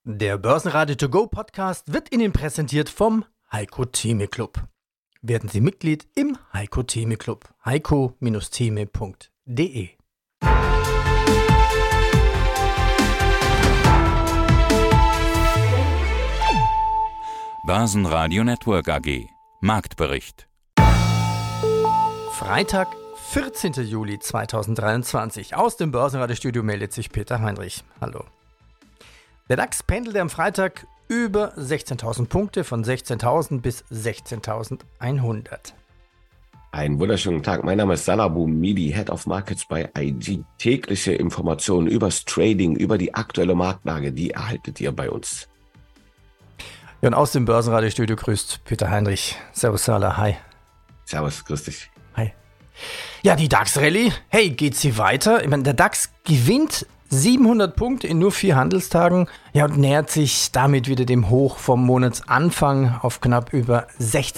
Der Börsenradio To Go Podcast wird Ihnen präsentiert vom Heiko Theme Club. Werden Sie Mitglied im Heiko Theme Club. heiko-theme.de. Börsenradio Network AG. Marktbericht. Freitag, 14. Juli 2023. Aus dem Börsenradiostudio meldet sich Peter Heinrich. Hallo. Der DAX pendelte am Freitag über 16.000 Punkte, von 16.000 bis 16.100. Einen wunderschönen Tag. Mein Name ist Salah Boumidi, Head of Markets bei IG. Tägliche Informationen übers Trading, über die aktuelle Marktlage, die erhaltet ihr bei uns. Ja, und aus dem Börsenradiostudio grüßt Peter Heinrich. Servus Salah, hi. Servus, grüß dich. Hi. Ja, die DAX-Rallye, hey, geht sie weiter? Ich meine, der DAX gewinnt 700 Punkte in nur 4 Handelstagen, ja, und nähert sich damit wieder dem Hoch vom Monatsanfang auf knapp über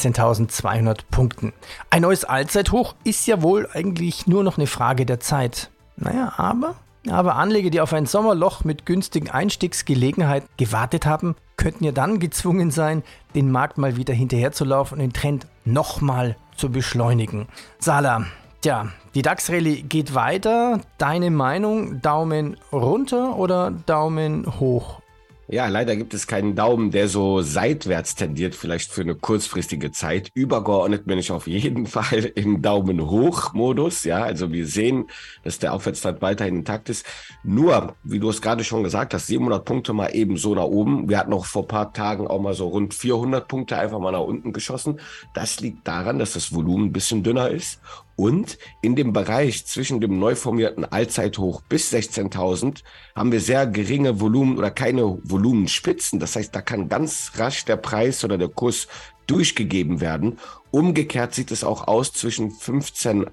16.200 Punkten. Ein neues Allzeithoch ist ja wohl eigentlich nur noch eine Frage der Zeit. Naja, aber Anleger, die auf ein Sommerloch mit günstigen Einstiegsgelegenheiten gewartet haben, könnten ja dann gezwungen sein, den Markt mal wieder hinterherzulaufen und den Trend nochmal zu beschleunigen. Salah, tja, die DAX-Rallye geht weiter. Deine Meinung, Daumen runter oder Daumen hoch? Ja, leider gibt es keinen Daumen, der so seitwärts tendiert, vielleicht für eine kurzfristige Zeit. Übergeordnet bin ich auf jeden Fall im Daumen-hoch-Modus. Ja, also wir sehen, dass der Aufwärtstrend weiterhin intakt ist. Nur, wie du es gerade schon gesagt hast, 700 Punkte mal eben so nach oben. Wir hatten auch vor ein paar Tagen auch mal so rund 400 Punkte einfach mal nach unten geschossen. Das liegt daran, dass das Volumen ein bisschen dünner ist. Und in dem Bereich zwischen dem neu formierten Allzeithoch bis 16.000 haben wir sehr geringe Volumen oder keine Volumenspitzen. Das heißt, da kann ganz rasch der Preis oder der Kurs durchgegeben werden. Umgekehrt sieht es auch aus zwischen 15,8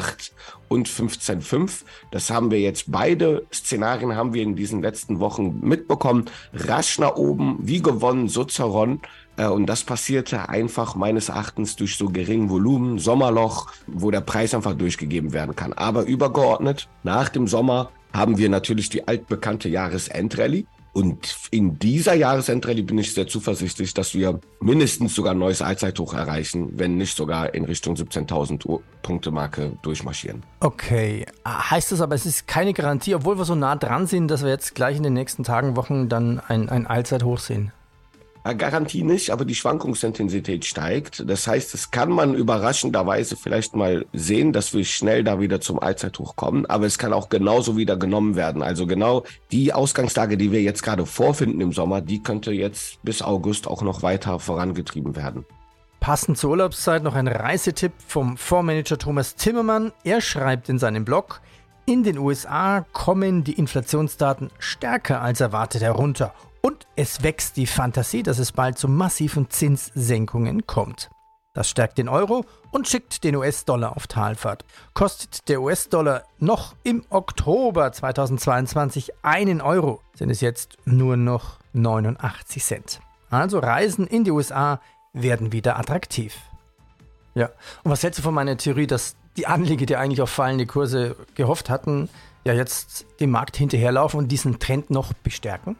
und 15,5. Das haben wir jetzt, beide Szenarien haben wir in diesen letzten Wochen mitbekommen. Rasch nach oben, wie gewonnen, so zerronnen. Und das passierte einfach meines Erachtens durch so geringen Volumen, Sommerloch, wo der Preis einfach durchgegeben werden kann. Aber übergeordnet, nach dem Sommer haben wir natürlich die altbekannte Jahresendrallye. Und in dieser Jahresendrallye bin ich sehr zuversichtlich, dass wir mindestens sogar ein neues Allzeithoch erreichen, wenn nicht sogar in Richtung 17.000 Punkte Marke durchmarschieren. Okay, heißt das aber, es ist keine Garantie, obwohl wir so nah dran sind, dass wir jetzt gleich in den nächsten Tagen, Wochen dann ein Allzeithoch sehen? Garantie nicht, aber die Schwankungsintensität steigt. Das heißt, es kann man überraschenderweise vielleicht mal sehen, dass wir schnell da wieder zum Allzeithoch kommen, aber es kann auch genauso wieder genommen werden. Also genau die Ausgangslage, die wir jetzt gerade vorfinden im Sommer, die könnte jetzt bis August auch noch weiter vorangetrieben werden. Passend zur Urlaubszeit noch ein Reisetipp vom Fondsmanager Thomas Timmermann. Er schreibt in seinem Blog: In den USA kommen die Inflationsdaten stärker als erwartet herunter. Und es wächst die Fantasie, dass es bald zu massiven Zinssenkungen kommt. Das stärkt den Euro und schickt den US-Dollar auf Talfahrt. Kostet der US-Dollar noch im Oktober 2022 einen Euro, sind es jetzt nur noch 89 Cent. Also Reisen in die USA werden wieder attraktiv. Ja, und was hältst du von meiner Theorie, dass die Anleger, die eigentlich auf fallende Kurse gehofft hatten, ja jetzt dem Markt hinterherlaufen und diesen Trend noch bestärken?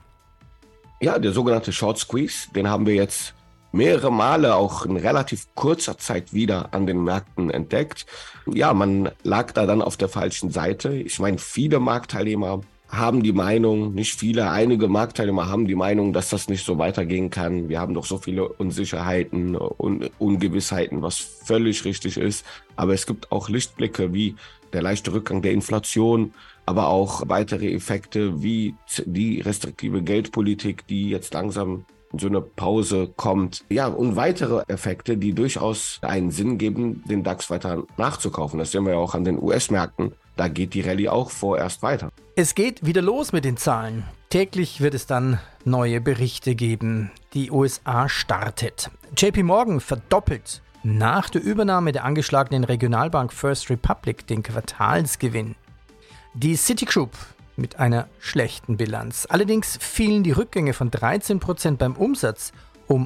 Ja, der sogenannte Short Squeeze, den haben wir jetzt mehrere Male auch in relativ kurzer Zeit wieder an den Märkten entdeckt. Ja, man lag da dann auf der falschen Seite. Ich meine, viele Marktteilnehmer haben die Meinung, nicht viele, einige Marktteilnehmer haben die Meinung, dass das nicht so weitergehen kann. Wir haben doch so viele Unsicherheiten und Ungewissheiten, was völlig richtig ist. Aber es gibt auch Lichtblicke wie der leichte Rückgang der Inflation, aber auch weitere Effekte wie die restriktive Geldpolitik, die jetzt langsam in so eine Pause kommt. Ja, und weitere Effekte, die durchaus einen Sinn geben, den DAX weiter nachzukaufen. Das sehen wir ja auch an den US-Märkten. Da geht die Rallye auch vorerst weiter. Es geht wieder los mit den Zahlen. Täglich wird es dann neue Berichte geben. Die USA startet. JP Morgan verdoppelt nach der Übernahme der angeschlagenen Regionalbank First Republic den Quartalsgewinn. Die Citigroup mit einer schlechten Bilanz. Allerdings fielen die Rückgänge von 13% beim Umsatz um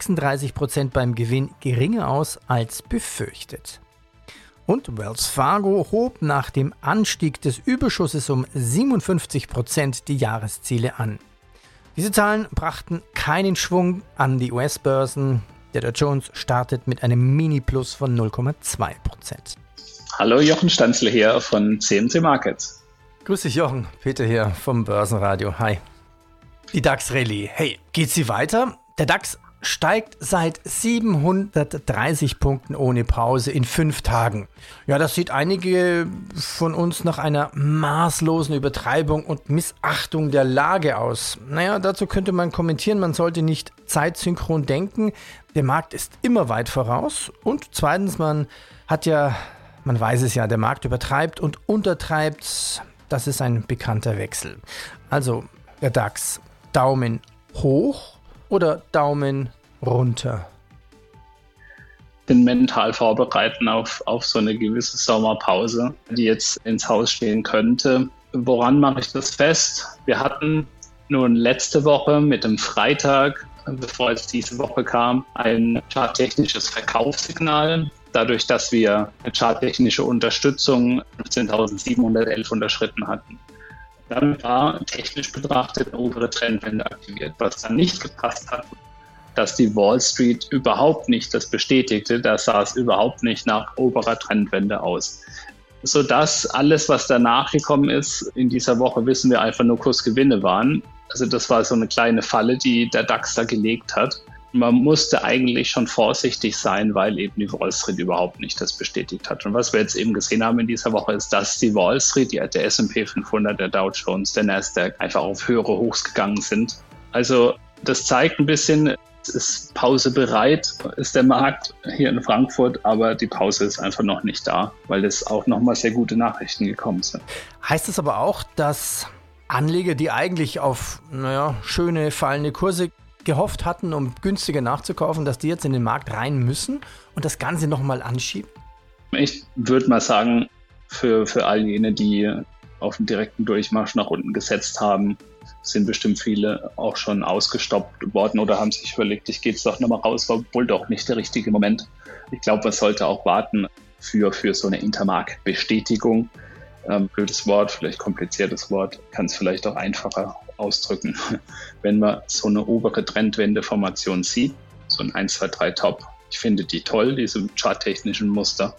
36% beim Gewinn geringer aus als befürchtet. Und Wells Fargo hob nach dem Anstieg des Überschusses um 57% die Jahresziele an. Diese Zahlen brachten keinen Schwung an die US-Börsen. Der Dow Jones startet mit einem Mini-Plus von 0,2%. Hallo, Jochen Stanzle hier von CMC Markets. Grüß dich, Jochen. Peter hier vom Börsenradio. Hi. Die DAX-Rallye. Hey, geht sie weiter? Der DAX steigt seit 730 Punkten ohne Pause in 5 Tagen. Ja, das sieht einige von uns nach einer maßlosen Übertreibung und Missachtung der Lage aus. Naja, dazu könnte man kommentieren, man sollte nicht zeitsynchron denken. Der Markt ist immer weit voraus. Und zweitens, man weiß es ja, der Markt übertreibt und untertreibt. Das ist ein bekannter Wechsel. Also, der DAX, Daumen hoch oder Daumen runter? Bin mental vorbereiten auf so eine gewisse Sommerpause, die jetzt ins Haus stehen könnte. Woran mache ich das fest? Wir hatten nun letzte Woche mit dem Freitag, bevor es diese Woche kam, ein charttechnisches Verkaufssignal. Dadurch, dass wir eine charttechnische Unterstützung 15.711 unterschritten hatten. Dann war technisch betrachtet eine obere Trendwende aktiviert. Was dann nicht gepasst hat, dass die Wall Street überhaupt nicht das bestätigte, da sah es überhaupt nicht nach oberer Trendwende aus. Sodass alles, was danach gekommen ist, in dieser Woche wissen wir einfach nur Kursgewinne waren. Also das war so eine kleine Falle, die der DAX da gelegt hat. Man musste eigentlich schon vorsichtig sein, weil eben die Wall Street überhaupt nicht das bestätigt hat. Und was wir jetzt eben gesehen haben in dieser Woche ist, dass die Wall Street, der S&P 500, der Dow Jones, der Nasdaq einfach auf höhere Hochs gegangen sind. Also das zeigt ein bisschen, es ist Pause bereit, ist der Markt hier in Frankfurt, aber die Pause ist einfach noch nicht da, weil es auch nochmal sehr gute Nachrichten gekommen sind. Heißt das aber auch, dass Anleger, die eigentlich auf schöne fallende Kurse gehofft hatten, um günstiger nachzukaufen, dass die jetzt in den Markt rein müssen und das Ganze nochmal anschieben? Ich würde mal sagen, für all jene, die auf den direkten Durchmarsch nach unten gesetzt haben, sind bestimmt viele auch schon ausgestoppt worden oder haben sich überlegt, ich gehe jetzt doch nochmal raus, war wohl doch nicht der richtige Moment. Ich glaube, man sollte auch warten für so eine Intermarkt-Bestätigung. Blödes Wort, vielleicht kompliziertes Wort, kann es vielleicht auch einfacher ausdrücken. Wenn man so eine obere Trendwende-Formation sieht, so ein 1, 2, 3 Top, ich finde die toll, diese charttechnischen Muster,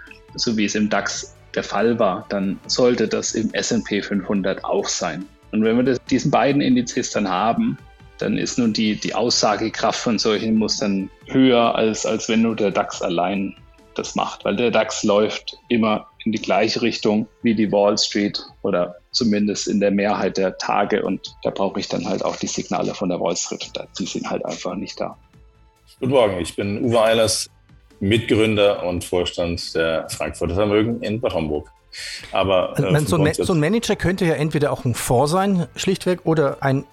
so wie es im DAX der Fall war, dann sollte das im S&P 500 auch sein. Und wenn wir diesen beiden Indizes dann haben, dann ist nun die Aussagekraft von solchen Mustern höher, als wenn nur der DAX allein das macht, weil der DAX läuft immer in die gleiche Richtung wie die Wall Street oder zumindest in der Mehrheit der Tage und da brauche ich dann halt auch die Signale von der Wall Street, die sind halt einfach nicht da. Guten Morgen, ich bin Uwe Eilers, Mitgründer und Vorstand der Frankfurter Vermögen in Bad Homburg. Aber so ein Manager könnte ja entweder auch ein Fonds sein, schlichtweg, oder ein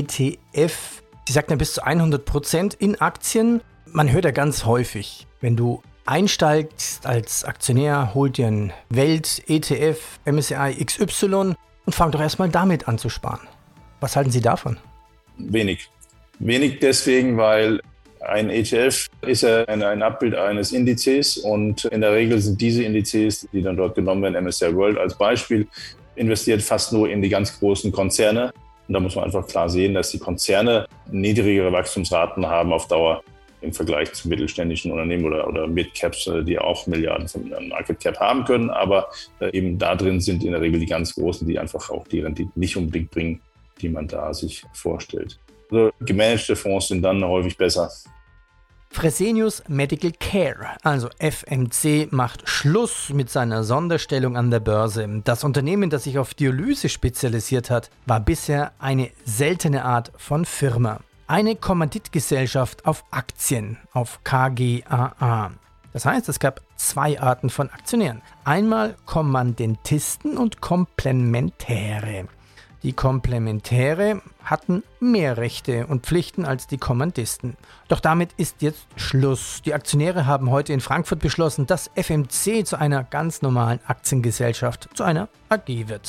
ETF. Sie sagten ja bis zu 100% in Aktien. Man hört ja ganz häufig, wenn du einsteigst als Aktionär, holt dir einen Welt-ETF, MSCI XY und fang doch erstmal damit an zu sparen. Was halten Sie davon? Wenig. Wenig deswegen, weil ein ETF ist ja ein Abbild eines Indizes und in der Regel sind diese Indizes, die dann dort genommen werden, MSCI World als Beispiel, investiert fast nur in die ganz großen Konzerne. Und da muss man einfach klar sehen, dass die Konzerne niedrigere Wachstumsraten haben auf Dauer im Vergleich zu mittelständischen Unternehmen oder Mid-Caps, die auch Milliarden von Market Cap haben können. Aber eben da drin sind in der Regel die ganz Großen, die einfach auch die Rendite nicht unbedingt bringen, die man da sich vorstellt. Also gemanagte Fonds sind dann häufig besser. Fresenius Medical Care, also FMC, macht Schluss mit seiner Sonderstellung an der Börse. Das Unternehmen, das sich auf Dialyse spezialisiert hat, war bisher eine seltene Art von Firma. Eine Kommanditgesellschaft auf Aktien, auf KGaA. Das heißt, es gab 2 Arten von Aktionären. Einmal Kommanditisten und Komplementäre. Die Komplementäre hatten mehr Rechte und Pflichten als die Kommandisten. Doch damit ist jetzt Schluss. Die Aktionäre haben heute in Frankfurt beschlossen, dass FMC zu einer ganz normalen Aktiengesellschaft, zu einer AG wird.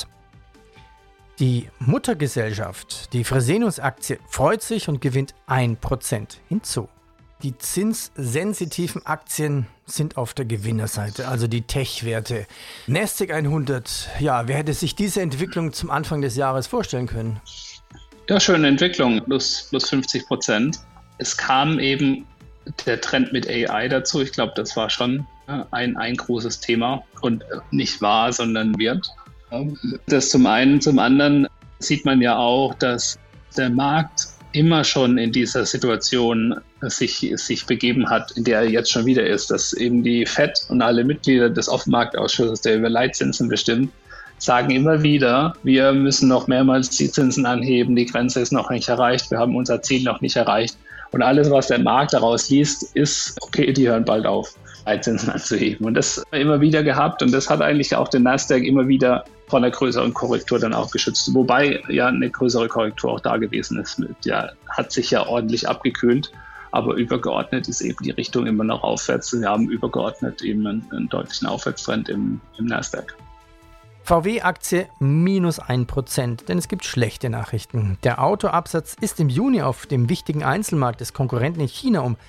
Die Muttergesellschaft, die Fresenius-Aktie, freut sich und gewinnt 1% hinzu. Die zinssensitiven Aktien sind auf der Gewinnerseite, also die Tech-Werte. Nasdaq 100, ja, wer hätte sich diese Entwicklung zum Anfang des Jahres vorstellen können? Ja, schöne Entwicklung, plus 50%. Es kam eben der Trend mit AI dazu. Ich glaube, das war schon ein großes Thema und nicht war, sondern wird. Das zum einen. Zum anderen sieht man ja auch, dass der Markt immer schon in dieser Situation sich begeben hat, in der er jetzt schon wieder ist, dass eben die FED und alle Mitglieder des Offenmarktausschusses, der über Leitzinsen bestimmt, sagen immer wieder, wir müssen noch mehrmals die Zinsen anheben, die Grenze ist noch nicht erreicht, wir haben unser Ziel noch nicht erreicht. Und alles, was der Markt daraus liest, ist, okay, die hören bald auf, Leitzinsen anzuheben. Und das haben wir immer wieder gehabt und das hat eigentlich auch den Nasdaq immer wieder von einer größeren Korrektur dann auch geschützt. Wobei ja eine größere Korrektur auch da gewesen ist. Hat sich ja ordentlich abgekühlt, aber übergeordnet ist eben die Richtung immer noch aufwärts. Wir haben übergeordnet eben einen deutlichen Aufwärtstrend im Nasdaq. VW-Aktie minus 1%, denn es gibt schlechte Nachrichten. Der Autoabsatz ist im Juni auf dem wichtigen Einzelmarkt des Konkurrenten in China um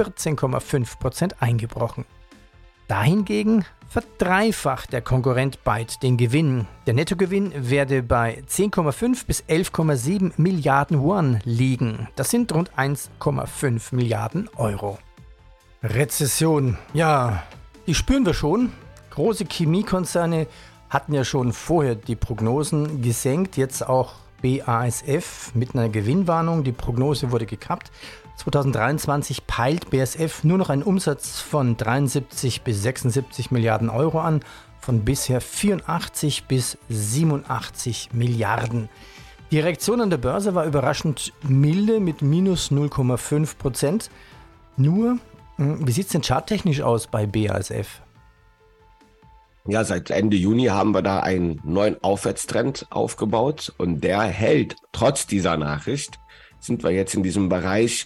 14,5% eingebrochen. Dahingegen verdreifacht der Konkurrent BYD den Gewinn. Der Nettogewinn werde bei 10,5 bis 11,7 Milliarden Yuan liegen. Das sind rund 1,5 Milliarden Euro. Rezession, ja, die spüren wir schon. Große Chemiekonzerne hatten ja schon vorher die Prognosen gesenkt, jetzt auch BASF mit einer Gewinnwarnung. Die Prognose wurde gekappt. 2023 peilt BASF nur noch einen Umsatz von 73 bis 76 Milliarden Euro an, von bisher 84 bis 87 Milliarden. Die Reaktion an der Börse war überraschend milde mit minus 0,5%. Nur, wie sieht es denn charttechnisch aus bei BASF? Ja, seit Ende Juni haben wir da einen neuen Aufwärtstrend aufgebaut und der hält. Trotz dieser Nachricht sind wir jetzt in diesem Bereich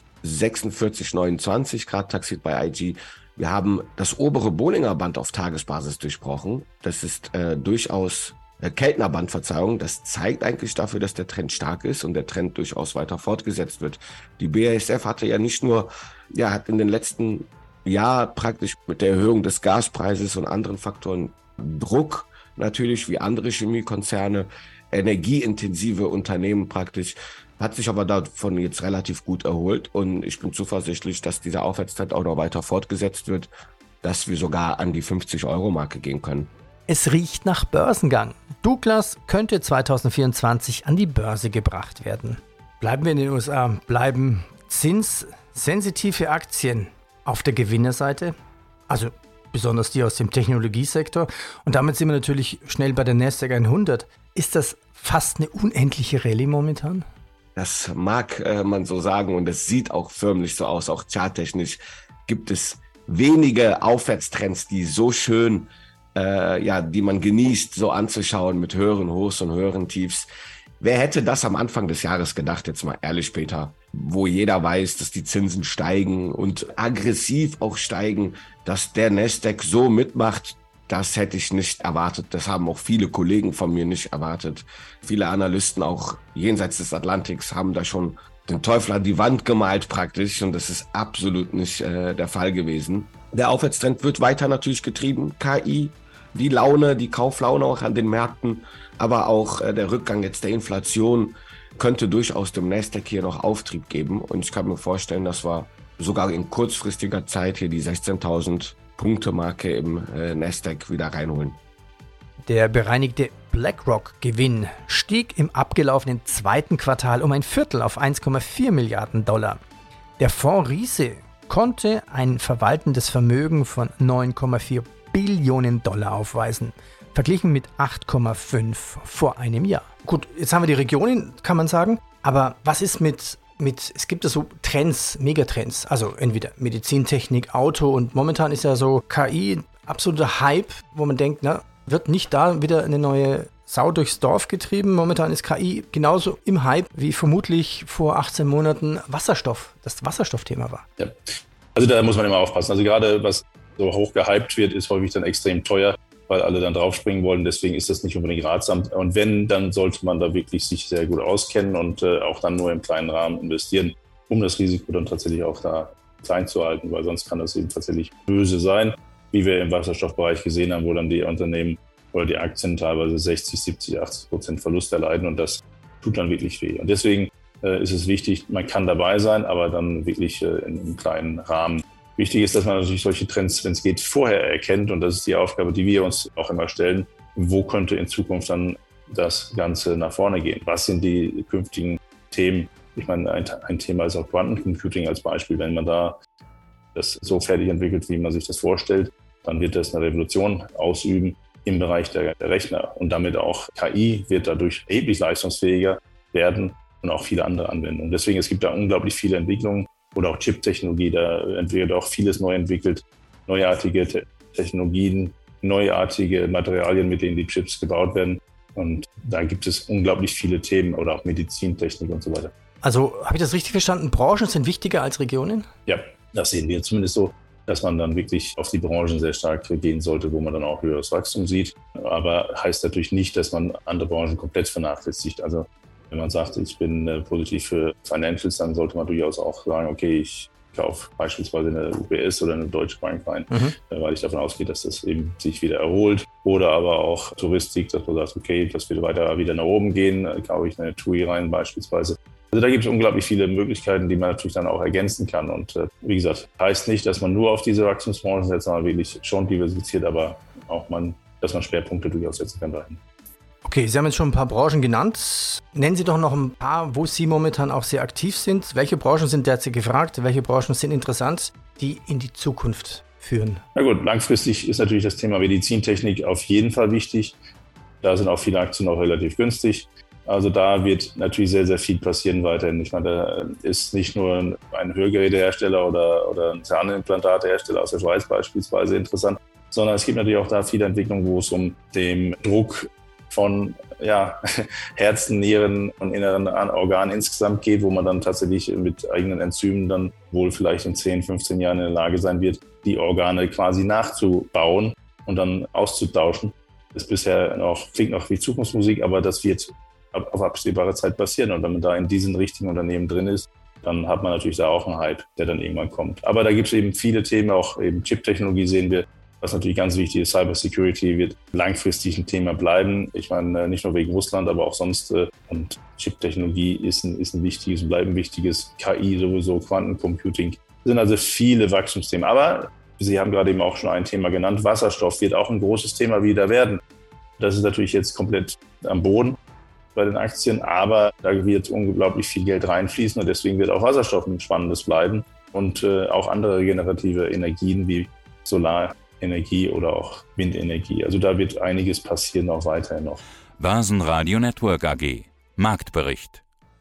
46,29 Grad Taxit bei IG. Wir haben das obere Bollinger Band auf Tagesbasis durchbrochen. Das ist durchaus Keltner Band, Verzeihung. Das zeigt eigentlich dafür, dass der Trend stark ist und der Trend durchaus weiter fortgesetzt wird. Die BASF hatte ja nicht nur, hat in den letzten Jahren praktisch mit der Erhöhung des Gaspreises und anderen Faktoren Druck natürlich wie andere Chemiekonzerne, energieintensive Unternehmen praktisch, hat sich aber davon jetzt relativ gut erholt und ich bin zuversichtlich, dass dieser Aufwärtstrend auch noch weiter fortgesetzt wird, dass wir sogar an die 50-Euro-Marke gehen können. Es riecht nach Börsengang. Douglas könnte 2024 an die Börse gebracht werden. Bleiben wir in den USA, bleiben zinssensitive Aktien auf der Gewinnerseite, also besonders die aus dem Technologiesektor. Und damit sind wir natürlich schnell bei der Nasdaq 100. Ist das fast eine unendliche Rallye momentan? Das mag man so sagen und es sieht auch förmlich so aus. Auch charttechnisch gibt es wenige Aufwärtstrends, die so schön, die man genießt, so anzuschauen mit höheren Hochs und höheren Tiefs. Wer hätte das am Anfang des Jahres gedacht, jetzt mal ehrlich, Peter, wo jeder weiß, dass die Zinsen steigen und aggressiv auch steigen, dass der Nasdaq so mitmacht, das hätte ich nicht erwartet. Das haben auch viele Kollegen von mir nicht erwartet. Viele Analysten auch jenseits des Atlantiks haben da schon den Teufel an die Wand gemalt praktisch und das ist absolut nicht der Fall gewesen. Der Aufwärtstrend wird weiter natürlich getrieben. KI, die Laune, die Kauflaune auch an den Märkten, aber auch der Rückgang jetzt der Inflation könnte durchaus dem Nasdaq hier noch Auftrieb geben. Und ich kann mir vorstellen, dass wir sogar in kurzfristiger Zeit hier die 16.000 Punkte-Marke im Nasdaq wieder reinholen. Der bereinigte BlackRock-Gewinn stieg im abgelaufenen zweiten Quartal um ein Viertel auf 1,4 Milliarden $. Der Fonds Riese konnte ein verwaltendes Vermögen von 9,4 Billionen $ aufweisen, verglichen mit 8,5 vor einem Jahr. Gut, jetzt haben wir die Regionen, kann man sagen, aber was ist mit es gibt ja so Trends, Megatrends, also entweder Medizintechnik, Auto und momentan ist ja so KI absoluter Hype, wo man denkt, wird nicht da wieder eine neue Sau durchs Dorf getrieben. Momentan ist KI genauso im Hype wie vermutlich vor 18 Monaten das Wasserstoffthema war. Ja. Also da muss man immer aufpassen. Also gerade was so hoch gehypt wird, ist häufig dann extrem teuer, weil alle dann draufspringen wollen. Deswegen ist das nicht unbedingt ratsam. Und wenn, dann sollte man da wirklich sich sehr gut auskennen und auch dann nur im kleinen Rahmen investieren, um das Risiko dann tatsächlich auch da klein zu halten, weil sonst kann das eben tatsächlich böse sein, wie wir im Wasserstoffbereich gesehen haben, wo dann die Unternehmen oder die Aktien teilweise 60, 70, 80% Verlust erleiden und das tut dann wirklich weh. Und deswegen ist es wichtig, man kann dabei sein, aber dann wirklich in einem kleinen Rahmen. Wichtig ist, dass man natürlich solche Trends, wenn es geht, vorher erkennt. Und das ist die Aufgabe, die wir uns auch immer stellen. Wo könnte in Zukunft dann das Ganze nach vorne gehen? Was sind die künftigen Themen? Ich meine, ein Thema ist auch Quantencomputing als Beispiel. Wenn man da das so fertig entwickelt, wie man sich das vorstellt, dann wird das eine Revolution ausüben im Bereich der Rechner. Und damit auch KI wird dadurch erheblich leistungsfähiger werden und auch viele andere Anwendungen. Deswegen, es gibt da unglaublich viele Entwicklungen oder auch Chip-Technologie, da wird auch vieles neu entwickelt, neuartige Technologien, neuartige Materialien, mit denen die Chips gebaut werden. Und da gibt es unglaublich viele Themen oder auch Medizintechnik und so weiter. Also habe ich das richtig verstanden? Branchen sind wichtiger als Regionen? Ja, das sehen wir zumindest so, dass man dann wirklich auf die Branchen sehr stark gehen sollte, wo man dann auch höheres Wachstum sieht. Aber heißt natürlich nicht, dass man andere Branchen komplett vernachlässigt. Also wenn man sagt, ich bin positiv für Financials, dann sollte man durchaus auch sagen, okay, ich kaufe beispielsweise eine UBS oder eine Deutsche Bank rein, weil ich davon ausgehe, dass das eben sich wieder erholt. Oder aber auch Touristik, dass man sagt, okay, das wird weiter wieder nach oben gehen, kaufe ich eine TUI rein beispielsweise. Also da gibt es unglaublich viele Möglichkeiten, die man natürlich dann auch ergänzen kann. Und wie gesagt, heißt nicht, dass man nur auf diese Wachstumsbranchen setzt, sondern wirklich schon diversifiziert, aber auch dass man Schwerpunkte durchaus setzen kann dahin. Okay, Sie haben jetzt schon ein paar Branchen genannt. Nennen Sie doch noch ein paar, wo Sie momentan auch sehr aktiv sind. Welche Branchen sind derzeit gefragt? Welche Branchen sind interessant, die in die Zukunft führen? Na gut, langfristig ist natürlich das Thema Medizintechnik auf jeden Fall wichtig. Da sind auch viele Aktien auch relativ günstig. Also da wird natürlich sehr, sehr viel passieren weiterhin. Ich meine, da ist nicht nur ein Hörgerätehersteller oder ein Zahnimplantatehersteller aus der Schweiz beispielsweise interessant, sondern es gibt natürlich auch da viele Entwicklungen, wo es um den Druck von Herzen, Nieren und inneren Organen insgesamt geht, wo man dann tatsächlich mit eigenen Enzymen dann wohl vielleicht in 10, 15 Jahren in der Lage sein wird, die Organe quasi nachzubauen und dann auszutauschen. Das bisher klingt noch wie Zukunftsmusik, aber das wird auf absehbare Zeit passieren. Und wenn man da in diesen richtigen Unternehmen drin ist, dann hat man natürlich da auch einen Hype, der dann irgendwann kommt. Aber da gibt es eben viele Themen, auch eben Chip-Technologie sehen wir, was natürlich ganz wichtig ist. Cybersecurity wird langfristig ein Thema bleiben. Ich meine, nicht nur wegen Russland, aber auch sonst. Und Chip-Technologie ist ein wichtiges und bleibt ein wichtiges. KI sowieso, Quantencomputing. Das sind also viele Wachstumsthemen. Aber Sie haben gerade eben auch schon ein Thema genannt. Wasserstoff wird auch ein großes Thema wieder werden. Das ist natürlich jetzt komplett am Boden bei den Aktien, aber da wird unglaublich viel Geld reinfließen und deswegen wird auch Wasserstoff ein spannendes bleiben und auch andere regenerative Energien wie Solarenergie oder auch Windenergie. Also da wird einiges passieren, auch weiterhin noch. Börsenradio Network AG. Marktbericht.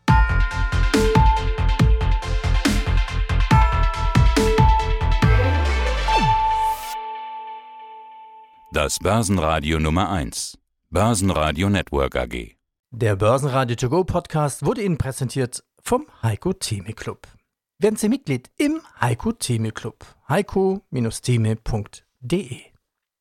Das Börsenradio Nummer 1. Börsenradio Network AG. Der Börsenradio To Go Podcast wurde Ihnen präsentiert vom Heiko Theme Club. Werden Sie Mitglied im Heiko Theme Club. heiko-theme.de